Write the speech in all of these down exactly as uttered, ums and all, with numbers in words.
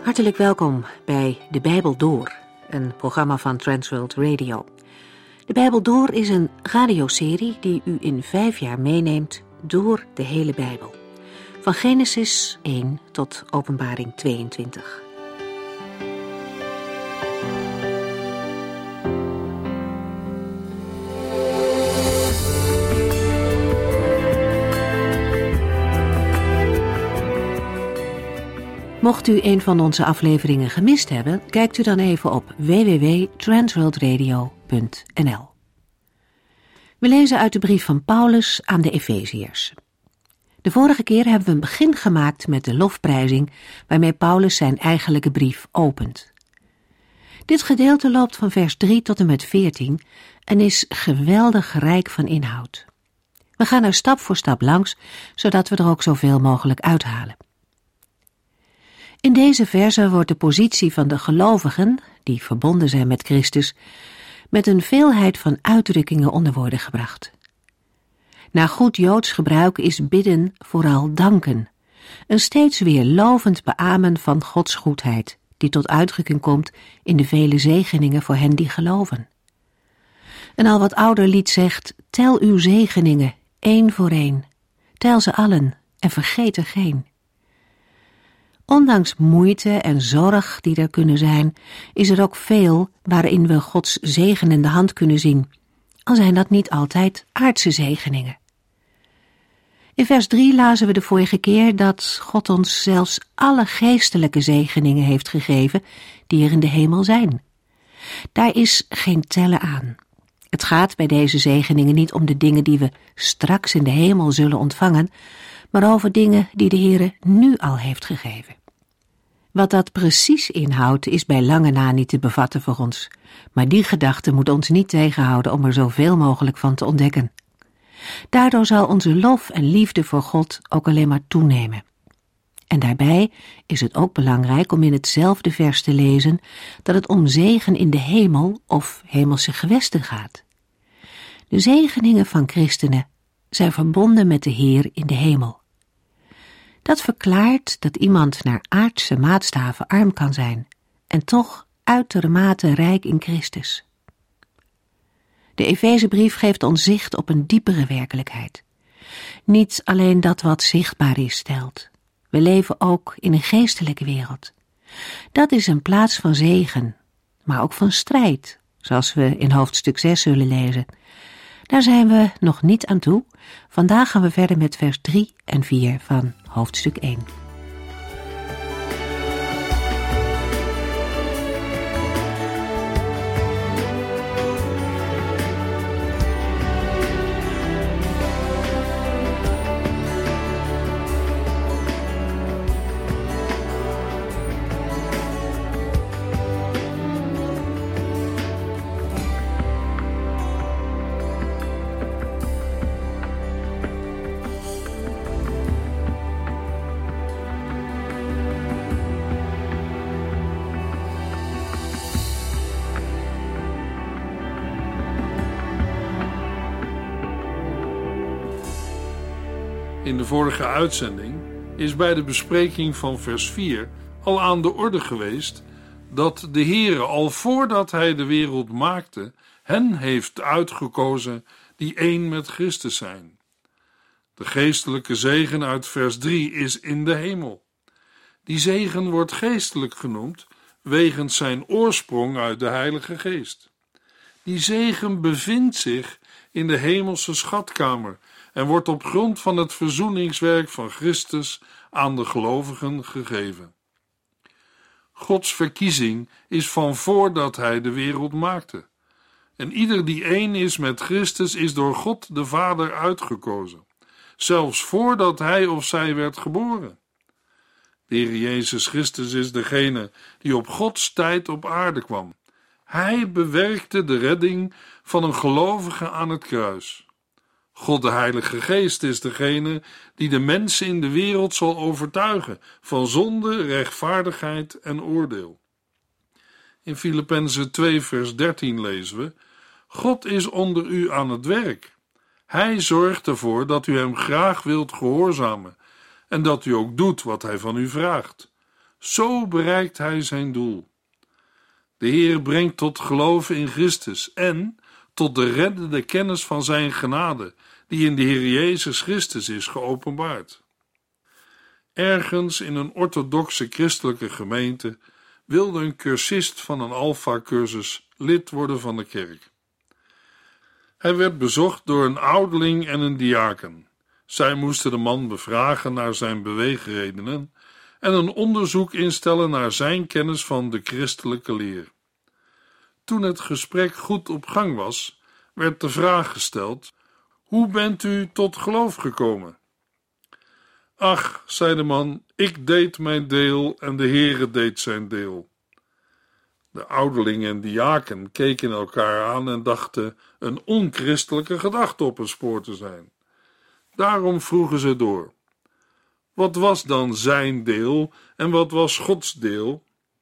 Hartelijk welkom bij De Bijbel Door, een programma van Transworld Radio. De Bijbel Door is een radioserie die u in vijf jaar meeneemt door de hele Bijbel. Van Genesis één tot Openbaring tweeëntwintig. Mocht u een van onze afleveringen gemist hebben, kijkt u dan even op w w w punt transworld radio punt n l. We lezen uit de brief van Paulus aan de Efeziërs. De vorige keer hebben we een begin gemaakt met de lofprijzing waarmee Paulus zijn eigenlijke brief opent. Dit gedeelte loopt van vers drie tot en met veertien en is geweldig rijk van inhoud. We gaan er stap voor stap langs, zodat we er ook zoveel mogelijk uithalen. In deze verse wordt de positie van de gelovigen, die verbonden zijn met Christus, met een veelheid van uitdrukkingen onder woorden gebracht. Naar goed Joods gebruik is bidden vooral danken, een steeds weer lovend beamen van Gods goedheid, die tot uitdrukking komt in de vele zegeningen voor hen die geloven. Een al wat ouder lied zegt, tel uw zegeningen, één voor één, tel ze allen en vergeet er geen. Ondanks moeite en zorg die er kunnen zijn, is er ook veel waarin we Gods zegenende hand kunnen zien, al zijn dat niet altijd aardse zegeningen. In vers drie lazen we de vorige keer dat God ons zelfs alle geestelijke zegeningen heeft gegeven die er in de hemel zijn. Daar is geen tellen aan. Het gaat bij deze zegeningen niet om de dingen die we straks in de hemel zullen ontvangen, maar over dingen die de Heere nu al heeft gegeven. Wat dat precies inhoudt is bij lange na niet te bevatten voor ons, maar die gedachte moet ons niet tegenhouden om er zoveel mogelijk van te ontdekken. Daardoor zal onze lof en liefde voor God ook alleen maar toenemen. En daarbij is het ook belangrijk om in hetzelfde vers te lezen dat het om zegen in de hemel of hemelse gewesten gaat. De zegeningen van christenen zijn verbonden met de Heer in de hemel. Dat verklaart dat iemand naar aardse maatstaven arm kan zijn en toch uitermate rijk in Christus. De Efezebrief geeft ons zicht op een diepere werkelijkheid. Niet alleen dat wat zichtbaar is telt. We leven ook in een geestelijke wereld. Dat is een plaats van zegen, maar ook van strijd, zoals we in hoofdstuk zes zullen lezen. Daar zijn we nog niet aan toe. Vandaag gaan we verder met vers drie en vier van hoofdstuk één. In de vorige uitzending is bij de bespreking van vers vier al aan de orde geweest dat de Heere al voordat hij de wereld maakte, hen heeft uitgekozen die één met Christus zijn. De geestelijke zegen uit vers drie is in de hemel. Die zegen wordt geestelijk genoemd wegens zijn oorsprong uit de Heilige Geest. Die zegen bevindt zich in de hemelse schatkamer en wordt op grond van het verzoeningswerk van Christus aan de gelovigen gegeven. Gods verkiezing is van voordat hij de wereld maakte. En ieder die één is met Christus is door God de Vader uitgekozen, zelfs voordat hij of zij werd geboren. De Heer Jezus Christus is degene die op Gods tijd op aarde kwam. Hij bewerkte de redding van een gelovige aan het kruis. God de Heilige Geest is degene die de mensen in de wereld zal overtuigen van zonde, rechtvaardigheid en oordeel. In Filippenzen twee vers dertien lezen we: God is onder u aan het werk. Hij zorgt ervoor dat u hem graag wilt gehoorzamen en dat u ook doet wat hij van u vraagt, Zo bereikt hij zijn doel. De Heer brengt tot geloven in Christus en tot de reddende kennis van zijn genade, die in de Heer Jezus Christus is geopenbaard. Ergens in een orthodoxe christelijke gemeente wilde een cursist van een Alpha-cursus lid worden van de kerk. Hij werd bezocht door een ouderling en een diaken. Zij moesten de man bevragen naar zijn beweegredenen en een onderzoek instellen naar zijn kennis van de christelijke leer. Toen het gesprek goed op gang was, werd de vraag gesteld: hoe bent u tot geloof gekomen? Ach, zei de man, ik deed mijn deel en de Heere deed zijn deel. De ouderling en diaken keken elkaar aan en dachten een onchristelijke gedachte op een spoor te zijn. Daarom vroegen ze door: wat was dan zijn deel en wat was Gods deel?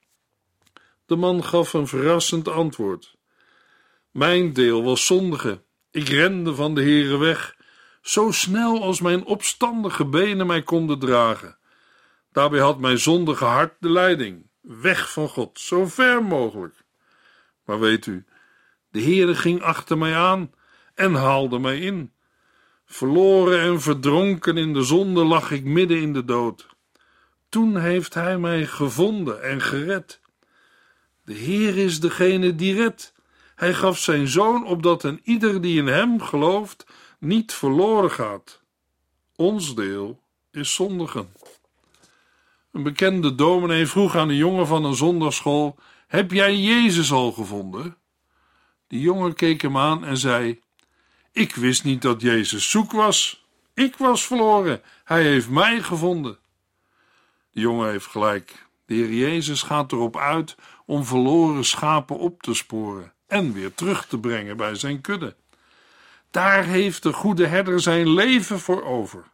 De man gaf een verrassend antwoord. Mijn deel was zondigen. Ik rende van de Heere weg, zo snel als mijn opstandige benen mij konden dragen. Daarbij had mijn zondige hart de leiding, weg van God, zo ver mogelijk. Maar weet u, de Heere ging achter mij aan en haalde mij in. Verloren en verdronken in de zonde lag ik midden in de dood. Toen heeft hij mij gevonden en gered. De Heer is degene die redt. Hij gaf zijn zoon opdat een ieder die in hem gelooft niet verloren gaat. Ons deel is zondigen. Een bekende dominee vroeg aan een jongen van een zondagsschool: heb jij Jezus al gevonden? Die jongen keek hem aan en zei: ik wist niet dat Jezus zoek was. Ik was verloren. Hij heeft mij gevonden. De jongen heeft gelijk. De Heer Jezus gaat erop uit om verloren schapen op te sporen en weer terug te brengen bij zijn kudde. Daar heeft de goede herder zijn leven voor over.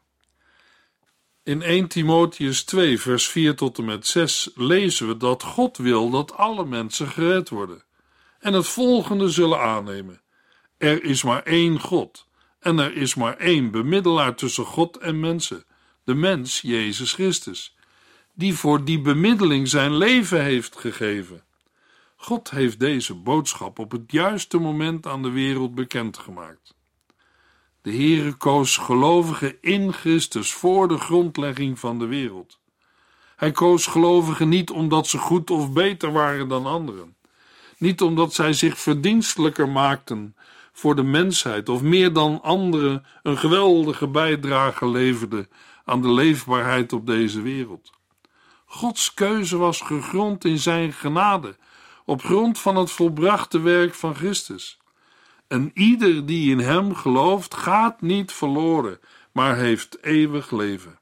In eerste Timotheüs twee vers vier tot en met zes lezen we dat God wil dat alle mensen gered worden en het volgende zullen aannemen: er is maar één God en er is maar één bemiddelaar tussen God en mensen, de mens Jezus Christus, die voor die bemiddeling zijn leven heeft gegeven. God heeft deze boodschap op het juiste moment aan de wereld bekendgemaakt. De Heere koos gelovigen in Christus voor de grondlegging van de wereld. Hij koos gelovigen niet omdat ze goed of beter waren dan anderen, niet omdat zij zich verdienstelijker maakten voor de mensheid of meer dan anderen een geweldige bijdrage leverden aan de leefbaarheid op deze wereld. Gods keuze was gegrond in zijn genade, op grond van het volbrachte werk van Christus. En ieder die in hem gelooft, gaat niet verloren, maar heeft eeuwig leven.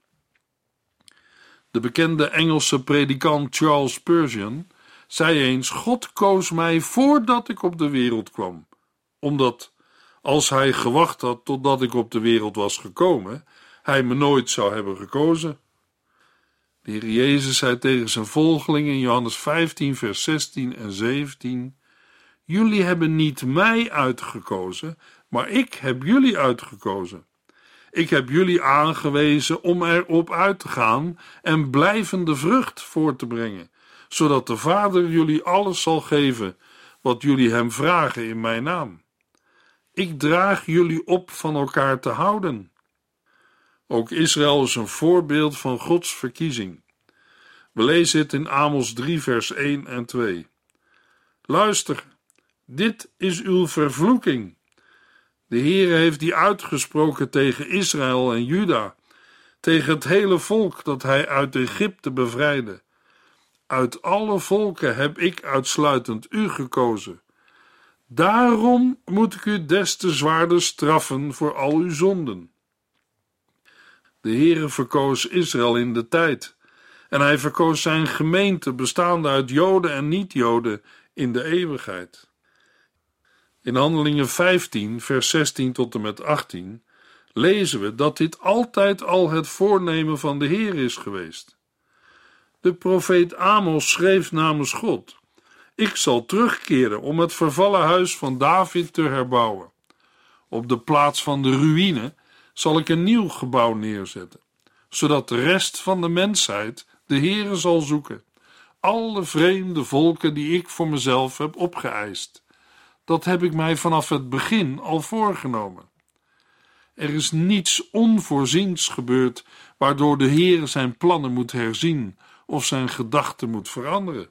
De bekende Engelse predikant Charles Spurgeon zei eens: God koos mij voordat ik op de wereld kwam, omdat, als hij gewacht had totdat ik op de wereld was gekomen, hij me nooit zou hebben gekozen. De Heer Jezus zei tegen zijn volgelingen in Johannes vijftien vers zestien en zeventien: jullie hebben niet mij uitgekozen, maar ik heb jullie uitgekozen. Ik heb jullie aangewezen om erop uit te gaan en blijvende vrucht voort te brengen, zodat de Vader jullie alles zal geven wat jullie hem vragen in mijn naam. Ik draag jullie op van elkaar te houden. Ook Israël is een voorbeeld van Gods verkiezing. We lezen het in Amos drie vers één en twee. Luister, dit is uw vervloeking. De Heere heeft die uitgesproken tegen Israël en Juda, tegen het hele volk dat hij uit Egypte bevrijdde. Uit alle volken heb ik uitsluitend u gekozen. Daarom moet ik u des te zwaarder straffen voor al uw zonden. De Heere verkoos Israël in de tijd, en hij verkoos zijn gemeente bestaande uit Joden en niet-Joden in de eeuwigheid. In Handelingen vijftien, vers zestien tot en met achttien, lezen we dat dit altijd al het voornemen van de Heer is geweest. De profeet Amos schreef namens God: ik zal terugkeren om het vervallen huis van David te herbouwen. Op de plaats van de ruïne zal ik een nieuw gebouw neerzetten, zodat de rest van de mensheid de Heere zal zoeken alle vreemde volken die ik voor mezelf heb opgeëist. Dat heb ik mij vanaf het begin al voorgenomen. Er is niets onvoorziens gebeurd waardoor de Heere zijn plannen moet herzien of zijn gedachten moet veranderen.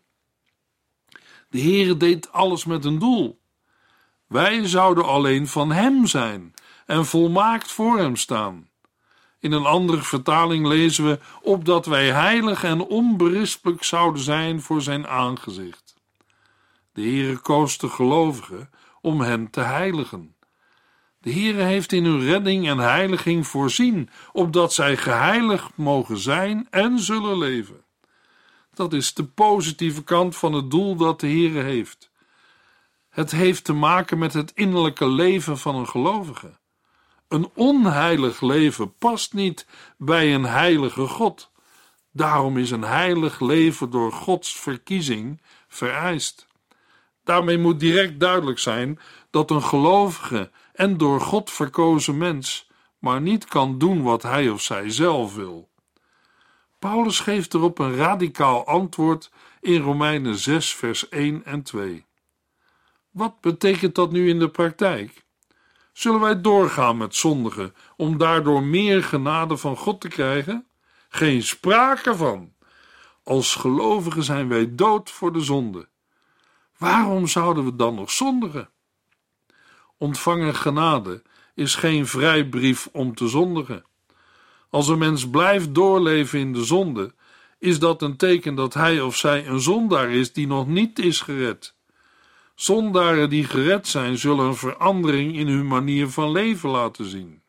De Heere deed alles met een doel. Wij zouden alleen van hem zijn en volmaakt voor hem staan. In een andere vertaling lezen we, opdat wij heilig en onberispelijk zouden zijn voor zijn aangezicht. De Heere koos de gelovigen om hen te heiligen. De Heere heeft in hun redding en heiliging voorzien, opdat zij geheiligd mogen zijn en zullen leven. Dat is de positieve kant van het doel dat de Heere heeft. Het heeft te maken met het innerlijke leven van een gelovige. Een onheilig leven past niet bij een heilige God. Daarom is een heilig leven door Gods verkiezing vereist. Daarmee moet direct duidelijk zijn dat een gelovige en door God verkozen mens maar niet kan doen wat hij of zij zelf wil. Paulus geeft erop een radicaal antwoord in Romeinen zes vers één en twee. Wat betekent dat nu in de praktijk? Zullen wij doorgaan met zondigen om daardoor meer genade van God te krijgen? Geen sprake van. Als gelovigen zijn wij dood voor de zonde. Waarom zouden we dan nog zondigen? Ontvangen genade is geen vrijbrief om te zondigen. Als een mens blijft doorleven in de zonde, is dat een teken dat hij of zij een zondaar is die nog niet is gered. Zondaren die gered zijn, zullen een verandering in hun manier van leven laten zien.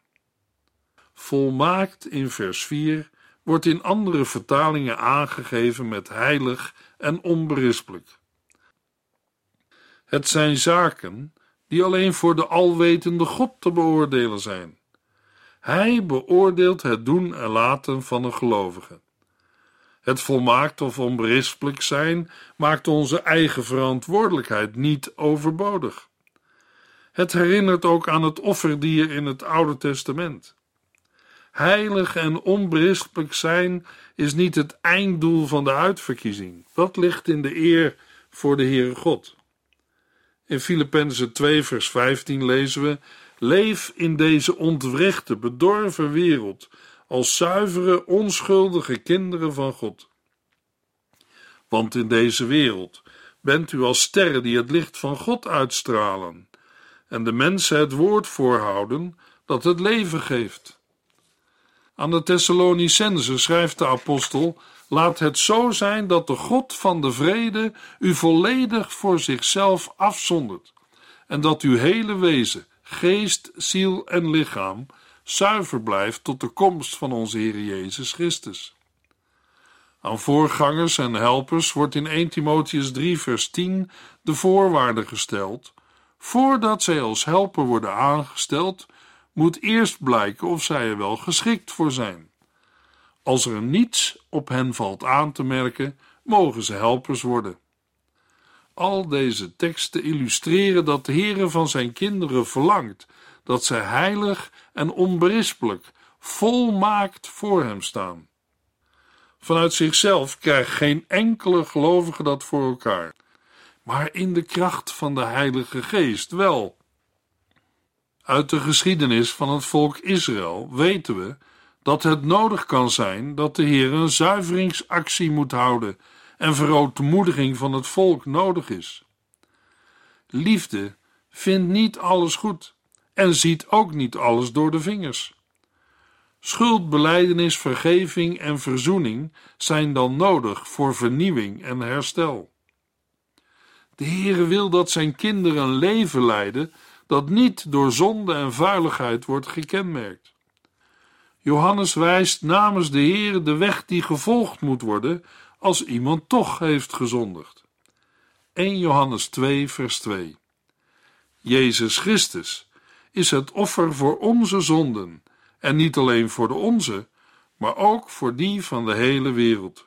Volmaakt in vers vier wordt in andere vertalingen aangegeven met heilig en onberispelijk. Het zijn zaken die alleen voor de alwetende God te beoordelen zijn. Hij beoordeelt het doen en laten van een gelovige. Het volmaakt of onberispelijk zijn maakt onze eigen verantwoordelijkheid niet overbodig. Het herinnert ook aan het offerdier in het Oude Testament. Heilig en onberispelijk zijn is niet het einddoel van de uitverkiezing. Dat ligt in de eer voor de Heere God. In Filippenzen twee vers vijftien lezen we: leef in deze ontwrichte, bedorven wereld als zuivere, onschuldige kinderen van God. Want in deze wereld bent u als sterren die het licht van God uitstralen en de mensen het woord voorhouden dat het leven geeft. Aan de Thessalonicenzen schrijft de apostel: laat het zo zijn dat de God van de vrede u volledig voor zichzelf afzondert en dat uw hele wezen, geest, ziel en lichaam zuiver blijft tot de komst van onze Heer Jezus Christus. Aan voorgangers en helpers wordt in eerste Timotheüs drie vers tien de voorwaarde gesteld: voordat zij als helper worden aangesteld, moet eerst blijken of zij er wel geschikt voor zijn. Als er niets op hen valt aan te merken, mogen ze helpers worden. Al deze teksten illustreren dat de Heere van zijn kinderen verlangt dat zij heilig en onberispelijk, volmaakt voor hem staan. Vanuit zichzelf krijgt geen enkele gelovige dat voor elkaar, maar in de kracht van de Heilige Geest wel. Uit de geschiedenis van het volk Israël weten we dat het nodig kan zijn dat de Heer een zuiveringsactie moet houden en verootmoediging van het volk nodig is. Liefde vindt niet alles goed en ziet ook niet alles door de vingers. Schuldbelijdenis, vergeving en verzoening zijn dan nodig voor vernieuwing en herstel. De Heere wil dat zijn kinderen een leven leiden dat niet door zonde en vuiligheid wordt gekenmerkt. Johannes wijst namens de Heere de weg die gevolgd moet worden als iemand toch heeft gezondigd. eerste Johannes twee vers twee. Jezus Christus is het offer voor onze zonden, en niet alleen voor de onze, maar ook voor die van de hele wereld.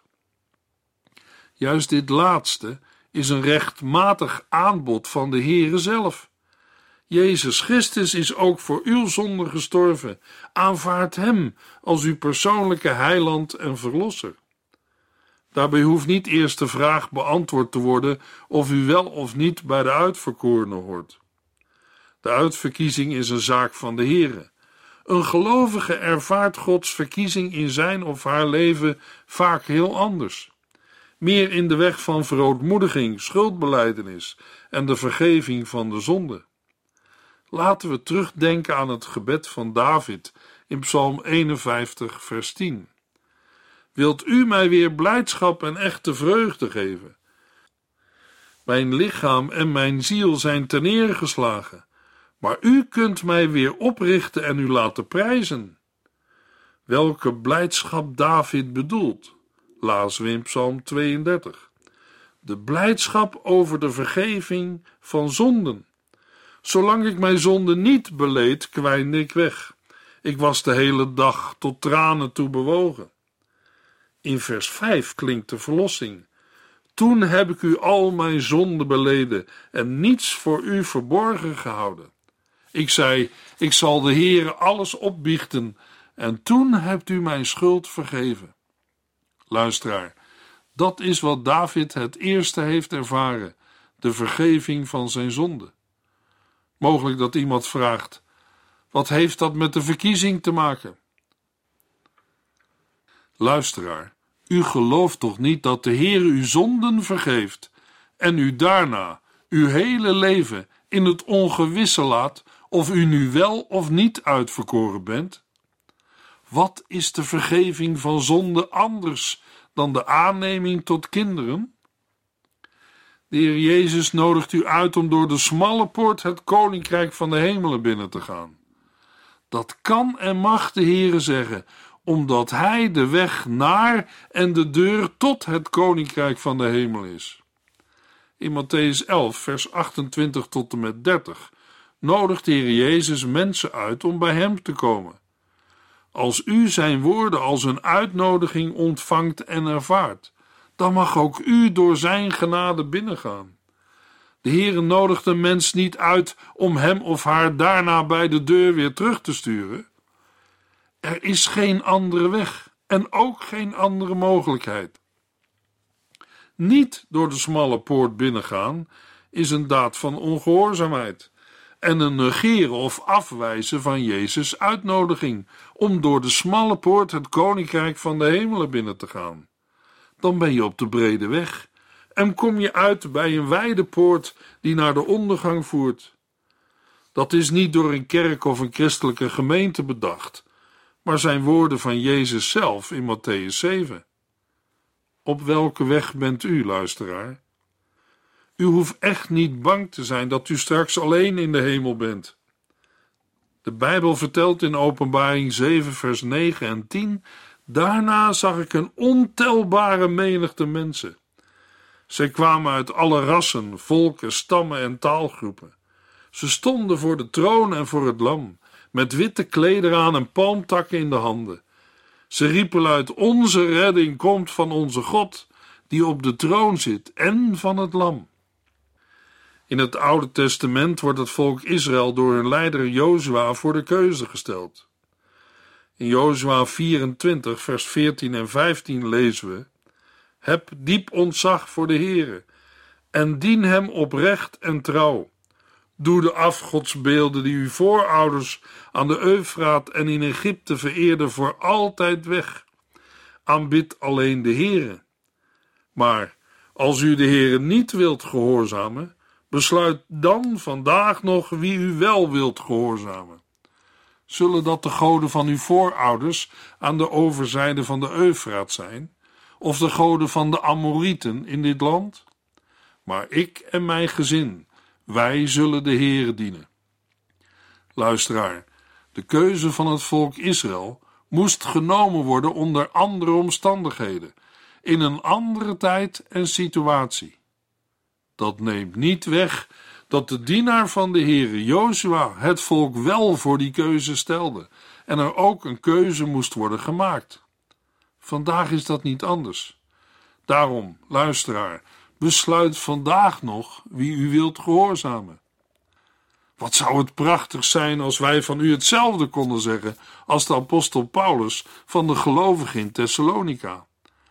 Juist dit laatste is een rechtmatig aanbod van de Heere zelf. Jezus Christus is ook voor uw zonde gestorven. Aanvaard hem als uw persoonlijke heiland en verlosser. Daarbij hoeft niet eerst de vraag beantwoord te worden of u wel of niet bij de uitverkorenen hoort. De uitverkiezing is een zaak van de Heere. Een gelovige ervaart Gods verkiezing in zijn of haar leven vaak heel anders. Meer in de weg van verootmoediging, schuldbelijdenis en de vergeving van de zonde. Laten we terugdenken aan het gebed van David in Psalm eenenvijftig, vers tien. Wilt u mij weer blijdschap en echte vreugde geven? Mijn lichaam en mijn ziel zijn terneergeslagen, maar u kunt mij weer oprichten en u laten prijzen. Welke blijdschap David bedoelt, lazen we in Psalm tweeëndertig. De blijdschap over de vergeving van zonden. Zolang ik mijn zonde niet beleed, kwijnde ik weg. Ik was de hele dag tot tranen toe bewogen. In vers vijf klinkt de verlossing. Toen heb ik u al mijn zonden beleden en niets voor u verborgen gehouden. Ik zei, ik zal de Heere alles opbiechten en toen hebt u mijn schuld vergeven. Luisteraar, dat is wat David het eerste heeft ervaren, de vergeving van zijn zonde. Mogelijk dat iemand vraagt, wat heeft dat met de verkiezing te maken? Luisteraar, u gelooft toch niet dat de Heer uw zonden vergeeft en u daarna uw hele leven in het ongewisse laat of u nu wel of niet uitverkoren bent? Wat is de vergeving van zonde anders dan de aanneming tot kinderen? De Heer Jezus nodigt u uit om door de smalle poort het koninkrijk van de hemelen binnen te gaan. Dat kan en mag de Heere zeggen, omdat Hij de weg naar en de deur tot het koninkrijk van de hemel is. In Mattheüs elf, vers achtentwintig tot en met dertig, nodigt de Heer Jezus mensen uit om bij Hem te komen. Als u zijn woorden als een uitnodiging ontvangt en ervaart, dan mag ook u door zijn genade binnengaan. De Heere nodigt een mens niet uit om hem of haar daarna bij de deur weer terug te sturen. Er is geen andere weg en ook geen andere mogelijkheid. Niet door de smalle poort binnengaan is een daad van ongehoorzaamheid en een negeren of afwijzen van Jezus' uitnodiging om door de smalle poort het koninkrijk van de hemelen binnen te gaan. Dan ben je op de brede weg en kom je uit bij een wijde poort die naar de ondergang voert. Dat is niet door een kerk of een christelijke gemeente bedacht, maar zijn woorden van Jezus zelf in Mattheüs zeven. Op welke weg bent u, luisteraar? U hoeft echt niet bang te zijn dat u straks alleen in de hemel bent. De Bijbel vertelt in Openbaring zeven, vers negen en tien, daarna zag ik een ontelbare menigte mensen. Zij kwamen uit alle rassen, volken, stammen en taalgroepen. Ze stonden voor de troon en voor het lam, met witte klederen aan en palmtakken in de handen. Ze riepen luid, onze redding komt van onze God, die op de troon zit, en van het lam. In het Oude Testament wordt het volk Israël door hun leider Jozua voor de keuze gesteld. In Jozua vierentwintig, vers veertien en vijftien lezen we: heb diep ontzag voor de Heere en dien hem oprecht en trouw. Doe de afgodsbeelden die uw voorouders aan de Eufraat en in Egypte vereerden voor altijd weg. Aanbid alleen de Heere. Maar als u de Heere niet wilt gehoorzamen, besluit dan vandaag nog wie u wel wilt gehoorzamen. Zullen dat de goden van uw voorouders aan de overzijde van de Eufraat zijn, of de goden van de Amorieten in dit land? Maar ik en mijn gezin, wij zullen de Heere dienen. Luisteraar, de keuze van het volk Israël moest genomen worden onder andere omstandigheden, in een andere tijd en situatie. Dat neemt niet weg dat de dienaar van de Heere, Jozua, het volk wel voor die keuze stelde en er ook een keuze moest worden gemaakt. Vandaag is dat niet anders. Daarom, luisteraar, besluit vandaag nog wie u wilt gehoorzamen. Wat zou het prachtig zijn als wij van u hetzelfde konden zeggen als de apostel Paulus van de gelovigen in Thessalonica.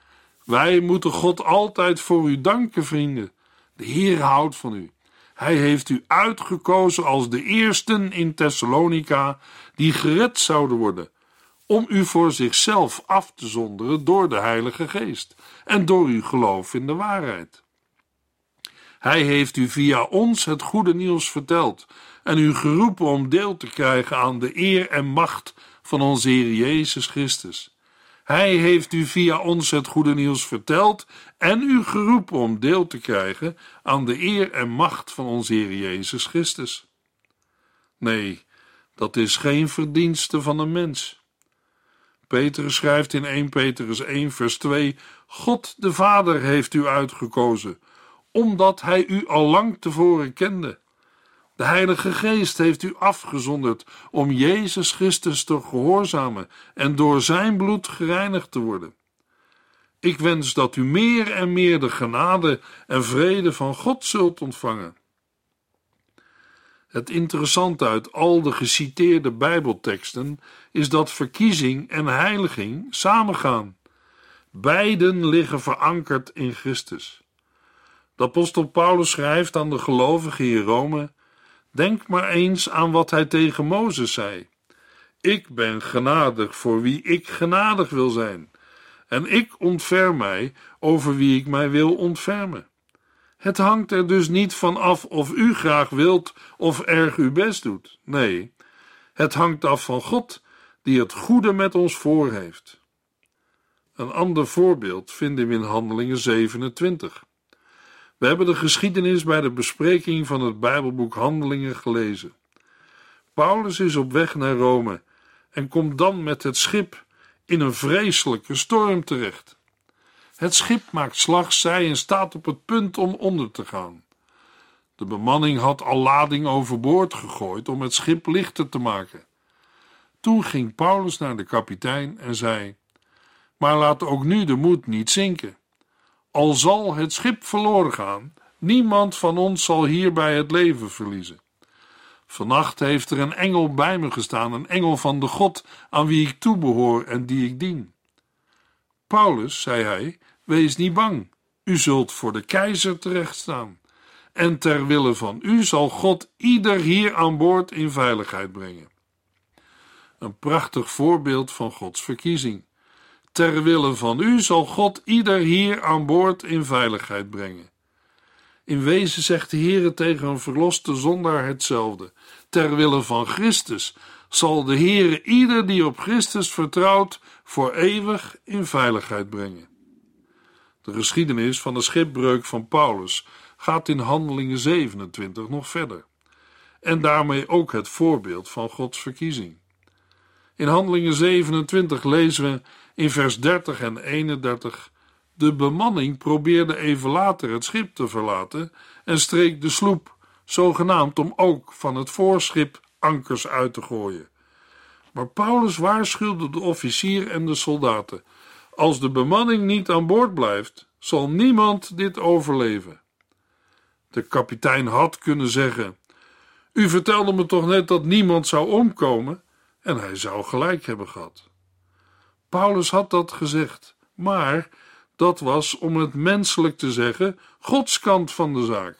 Wij moeten God altijd voor u danken, vrienden. De Heer houdt van u. Hij heeft u uitgekozen als de eersten in Thessalonica die gered zouden worden, om u voor zichzelf af te zonderen door de Heilige Geest en door uw geloof in de waarheid. Hij heeft u via ons het goede nieuws verteld en u geroepen om deel te krijgen aan de eer en macht van onze Heer Jezus Christus. Hij heeft u via ons het goede nieuws verteld en u geroepen om deel te krijgen aan de eer en macht van onze Heer Jezus Christus. Nee, dat is geen verdienste van een mens. Petrus schrijft in eerste Petrus één vers twee: God de Vader heeft u uitgekozen, omdat hij u al lang tevoren kende. De Heilige Geest heeft u afgezonderd om Jezus Christus te gehoorzamen en door zijn bloed gereinigd te worden. Ik wens dat u meer en meer de genade en vrede van God zult ontvangen. Het interessante uit al de geciteerde Bijbelteksten is dat verkiezing en heiliging samengaan. Beiden liggen verankerd in Christus. De apostel Paulus schrijft aan de gelovigen in Rome: denk maar eens aan wat hij tegen Mozes zei. Ik ben genadig voor wie ik genadig wil zijn, en ik ontferm mij over wie ik mij wil ontfermen. Het hangt er dus niet van af of u graag wilt of erg uw best doet. Nee, het hangt af van God, die het goede met ons voor heeft. Een ander voorbeeld vinden we in Handelingen zevenentwintig. We hebben de geschiedenis bij de bespreking van het Bijbelboek Handelingen gelezen. Paulus is op weg naar Rome en komt dan met het schip in een vreselijke storm terecht. Het schip maakt slagzij en staat op het punt om onder te gaan. De bemanning had al lading overboord gegooid om het schip lichter te maken. Toen ging Paulus naar de kapitein en zei: maar laat ook nu de moed niet zinken. Al zal het schip verloren gaan, niemand van ons zal hierbij het leven verliezen. Vannacht heeft er een engel bij me gestaan, een engel van de God aan wie ik toebehoor en die ik dien. Paulus, zei hij, wees niet bang, u zult voor de keizer terechtstaan. En ter wille van u zal God ieder hier aan boord in veiligheid brengen. Een prachtig voorbeeld van Gods verkiezing. Ter wille van u zal God ieder hier aan boord in veiligheid brengen. In wezen zegt de Heere tegen een verloste zondaar hetzelfde. Ter wille van Christus zal de Heere ieder die op Christus vertrouwt voor eeuwig in veiligheid brengen. De geschiedenis van de schipbreuk van Paulus gaat in Handelingen zevenentwintig nog verder. En daarmee ook het voorbeeld van Gods verkiezing. In Handelingen zevenentwintig lezen we in vers dertig en eenendertig: de bemanning probeerde even later het schip te verlaten en streek de sloep, zogenaamd om ook van het voorschip ankers uit te gooien. Maar Paulus waarschuwde de officier en de soldaten: als de bemanning niet aan boord blijft, zal niemand dit overleven. De kapitein had kunnen zeggen: u vertelde me toch net dat niemand zou omkomen? En hij zou gelijk hebben gehad. Paulus had dat gezegd, maar dat was, om het menselijk te zeggen, Gods kant van de zaak.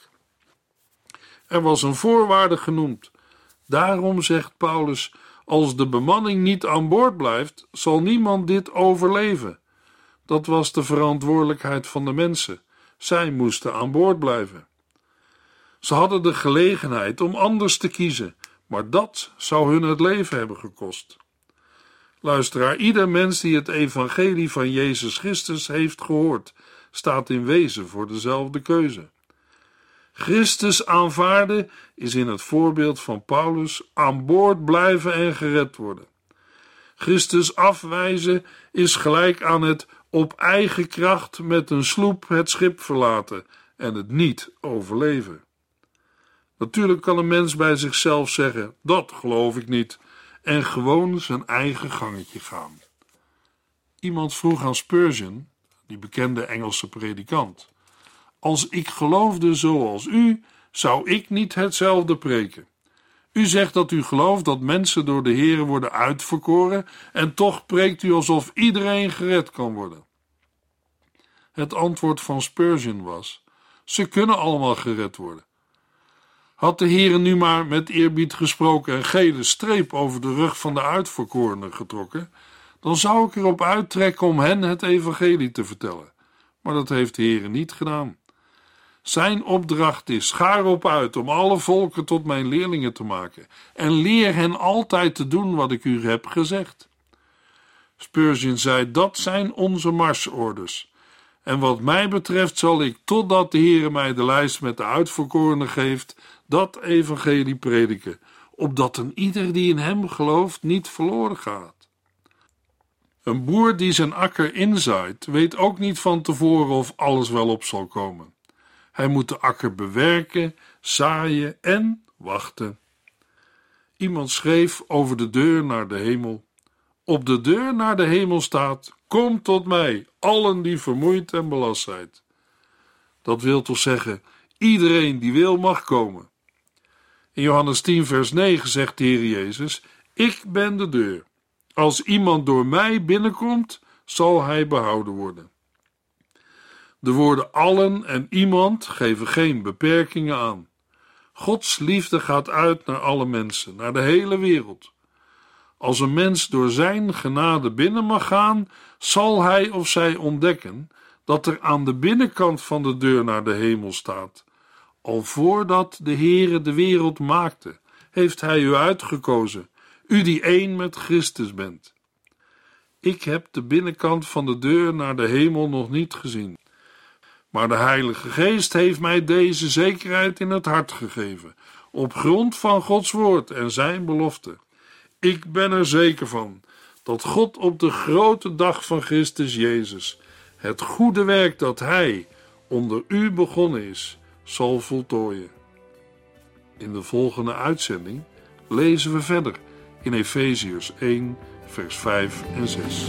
Er was een voorwaarde genoemd. Daarom zegt Paulus: als de bemanning niet aan boord blijft, zal niemand dit overleven. Dat was de verantwoordelijkheid van de mensen. Zij moesten aan boord blijven. Ze hadden de gelegenheid om anders te kiezen, maar dat zou hun het leven hebben gekost. Luisteraar, ieder mens die het evangelie van Jezus Christus heeft gehoord, staat in wezen voor dezelfde keuze. Christus aanvaarden is in het voorbeeld van Paulus aan boord blijven en gered worden. Christus afwijzen is gelijk aan het op eigen kracht met een sloep het schip verlaten en het niet overleven. Natuurlijk kan een mens bij zichzelf zeggen: dat geloof ik niet, en gewoon zijn eigen gangetje gaan. Iemand vroeg aan Spurgeon, die bekende Engelse predikant: als ik geloofde zoals u, zou ik niet hetzelfde preken. U zegt dat u gelooft dat mensen door de Heere worden uitverkoren en toch preekt u alsof iedereen gered kan worden. Het antwoord van Spurgeon was: ze kunnen allemaal gered worden. Had de Heere nu maar met eerbied gesproken een gele streep over de rug van de uitverkorenen getrokken, dan zou ik erop uittrekken om hen het evangelie te vertellen. Maar dat heeft de Heere niet gedaan. Zijn opdracht is: ga erop uit om alle volken tot mijn leerlingen te maken en leer hen altijd te doen wat ik u heb gezegd. Spurgeon zei: dat zijn onze marsorders. En wat mij betreft zal ik, totdat de Heere mij de lijst met de uitverkorenen geeft, dat evangelie prediken, opdat een ieder die in hem gelooft niet verloren gaat. Een boer die zijn akker inzaait, weet ook niet van tevoren of alles wel op zal komen. Hij moet de akker bewerken, zaaien en wachten. Iemand schreef over de deur naar de hemel: op de deur naar de hemel staat: kom tot mij, allen die vermoeid en belast zijn. Dat wil toch zeggen, iedereen die wil mag komen. In Johannes tien vers negen zegt de Heer Jezus: ik ben de deur. Als iemand door mij binnenkomt, zal hij behouden worden. De woorden allen en iemand geven geen beperkingen aan. Gods liefde gaat uit naar alle mensen, naar de hele wereld. Als een mens door zijn genade binnen mag gaan, zal hij of zij ontdekken dat er aan de binnenkant van de deur naar de hemel staat: al voordat de Heere de wereld maakte, heeft hij u uitgekozen, u die één met Christus bent. Ik heb de binnenkant van de deur naar de hemel nog niet gezien, maar de Heilige Geest heeft mij deze zekerheid in het hart gegeven, op grond van Gods woord en zijn belofte. Ik ben er zeker van dat God op de grote dag van Christus Jezus het goede werk dat hij onder u begonnen is, zal voltooien. In de volgende uitzending lezen we verder in Efeziërs één, vers vijf en zes.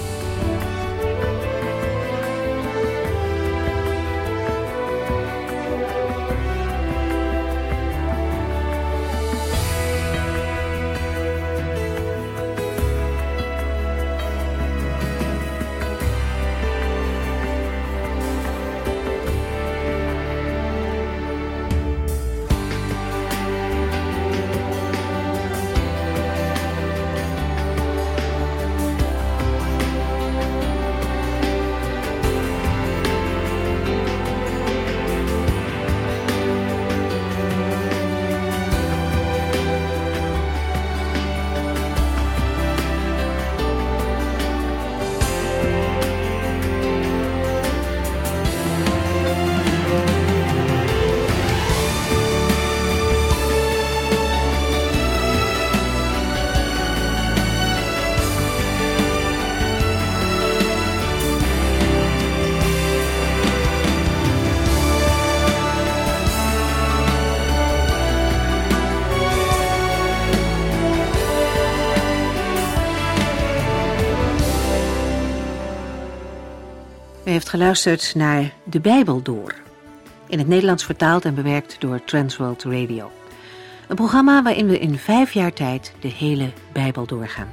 U heeft geluisterd naar De Bijbel Door, in het Nederlands vertaald en bewerkt door Transworld Radio. Een programma waarin we in vijf jaar tijd de hele Bijbel doorgaan.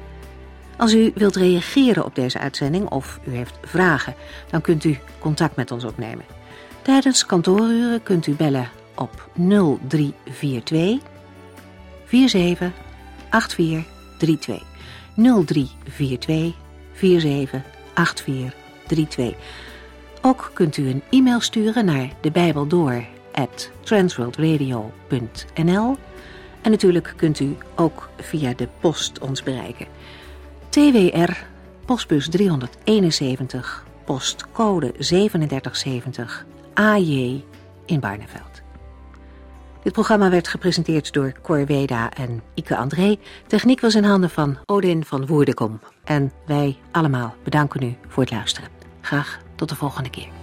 Als u wilt reageren op deze uitzending of u heeft vragen, dan kunt u contact met ons opnemen. Tijdens kantooruren kunt u bellen op nul drie vier twee vier zeven acht vier drie twee. nul drie vier twee vier zeven acht vier drie twee. Ook kunt u een e-mail sturen naar debijbeldoor at transworldradio punt n l en natuurlijk kunt u ook via de post ons bereiken. T W R, postbus driehonderdeenenzeventig, postcode zevenendertig zeventig, A J in Barneveld. Dit programma werd gepresenteerd door Cor Weda en Ike André. Techniek was in handen van Odin van Woerdekom. En wij allemaal bedanken u voor het luisteren. Graag tot de volgende keer.